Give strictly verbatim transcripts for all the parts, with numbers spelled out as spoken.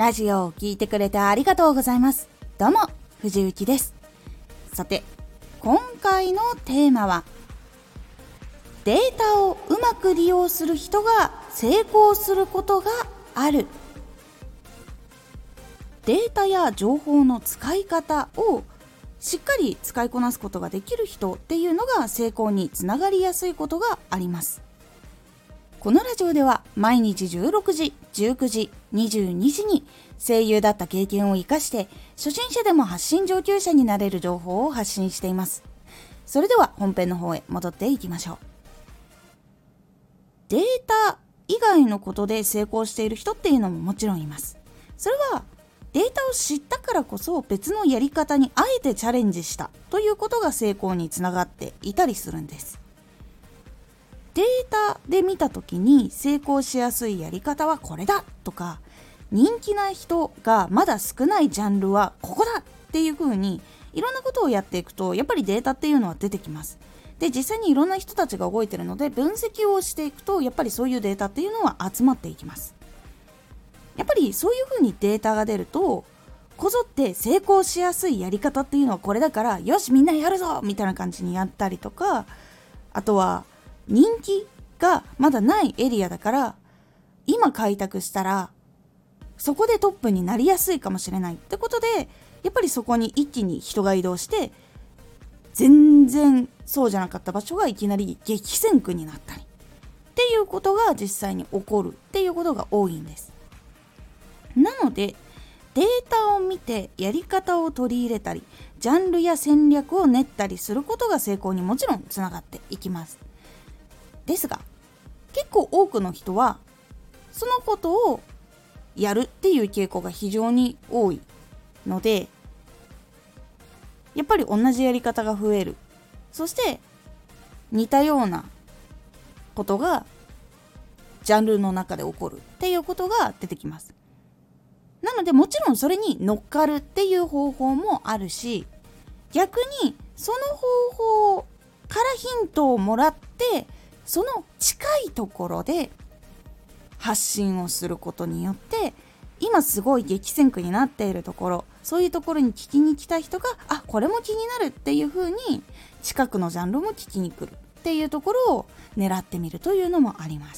ラジオを聞いてくれてありがとうございます。どうも藤幸です。さて、今回のテーマはデータをうまく利用する人が成功することがある。データや情報の使い方をしっかり使いこなすことができる人っていうのが成功につながりやすいことがあります。このラジオでは毎日じゅうろくじ、じゅうくじ、にじゅうにじに声優だった経験を生かして初心者でも発信上級者になれる情報を発信しています。それでは本編の方へ戻っていきましょう。データ以外のことで成功している人っていうのももちろんいます。それはデータを知ったからこそ別のやり方にあえてチャレンジしたということが成功につながっていたりするんです。データで見たときに成功しやすいやり方はこれだとか、人気な人がまだ少ないジャンルはここだっていう風にいろんなことをやっていくと、やっぱりデータっていうのは出てきます。で、実際にいろんな人たちが動いているので分析をしていくと、やっぱりそういうデータっていうのは集まっていきます。やっぱりそういう風にデータが出ると、こぞって成功しやすいやり方っていうのはこれだからよしみんなやるぞみたいな感じにやったりとか、あとは人気がまだないエリアだから今開拓したらそこでトップになりやすいかもしれないってことで、やっぱりそこに一気に人が移動して全然そうじゃなかった場所がいきなり激戦区になったりっていうことが実際に起こるっていうことが多いんです。なのでデータを見てやり方を取り入れたり、ジャンルや戦略を練ったりすることが成功にもちろんつながっていきます。ですが、結構多くの人はそのことをやるっていう傾向が非常に多いので、やっぱり同じやり方が増える。そして似たようなことがジャンルの中で起こるっていうことが出てきます。なのでもちろんそれに乗っかるっていう方法もあるし、逆にその方法からヒントをもらってその近いところで発信をすることによって、今すごい激戦区になっているところ、そういうところに聞きに来た人があ、これも気になるっていう風に近くのジャンルも聞きに来るっていうところを狙ってみるというのもあります。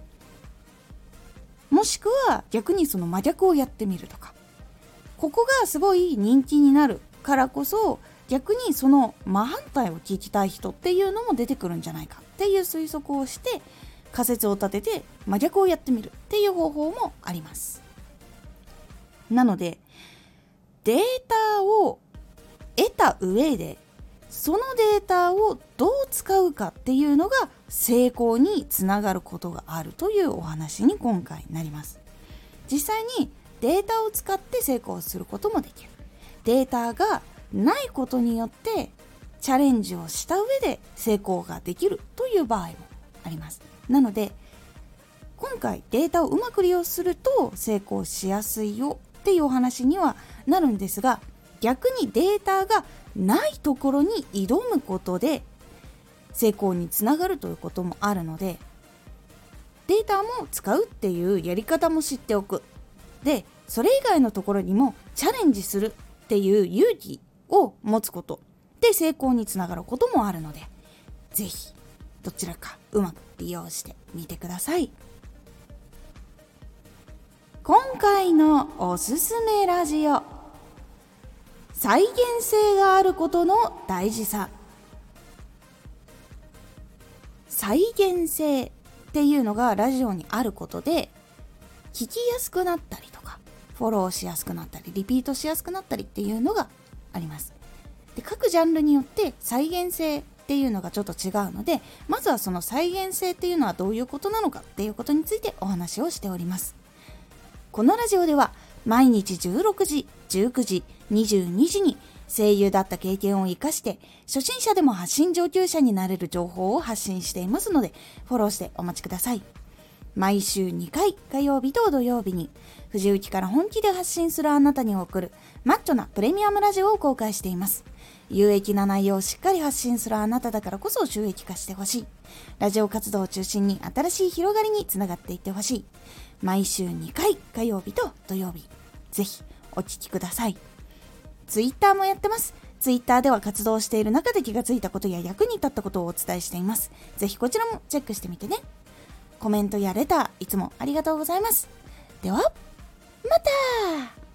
もしくは逆にその真逆をやってみるとか、ここがすごい人気になるからこそ逆にその真反対を聞きたい人っていうのも出てくるんじゃないかっていう推測をして仮説を立てて真逆をやってみるっていう方法もあります。なのでデータを得た上でそのデータをどう使うかっていうのが成功につながることがあるというお話に今回なります。実際にデータを使って成功することもできる。データがないことによってチャレンジをした上で成功ができるという場合もあります。なので今回データをうまく利用すると成功しやすいよっていうお話にはなるんですが、逆にデータがないところに挑むことで成功につながるということもあるので、データも使うっていうやり方も知っておく。で、それ以外のところにもチャレンジするっていう勇気を持つことで成功につながることもあるので、ぜひどちらかうまく利用してみてください。今回のおすすめラジオ、再現性があることの大事さ。再現性っていうのがラジオにあることで聞きやすくなったりとか、フォローしやすくなったり、リピートしやすくなったりっていうのがあります。で、各ジャンルによって再現性っていうのがちょっと違うので、まずはその再現性っていうのはどういうことなのかっていうことについてお話をしております。このラジオでは毎日じゅうろくじ、じゅうくじ、にじゅうにじに声優だった経験を生かして初心者でも発信上級者になれる情報を発信していますので、フォローしてお待ちください。毎週にかい、火曜日と土曜日に藤雪から本気で発信するあなたに送るマッチョなプレミアムラジオを公開しています。 有益な内容をしっかり発信するあなただからこそ収益化してほしい。ラジオ活動を中心に新しい広がりにつながっていってほしい。毎週にかい、火曜日と土曜日、ぜひお聞きください。ツイッターもやってます。ツイッターでは活動している中で気がついたことや役に立ったことをお伝えしています。ぜひこちらもチェックしてみてね。コメントやレターいつもありがとうございます。ではまた。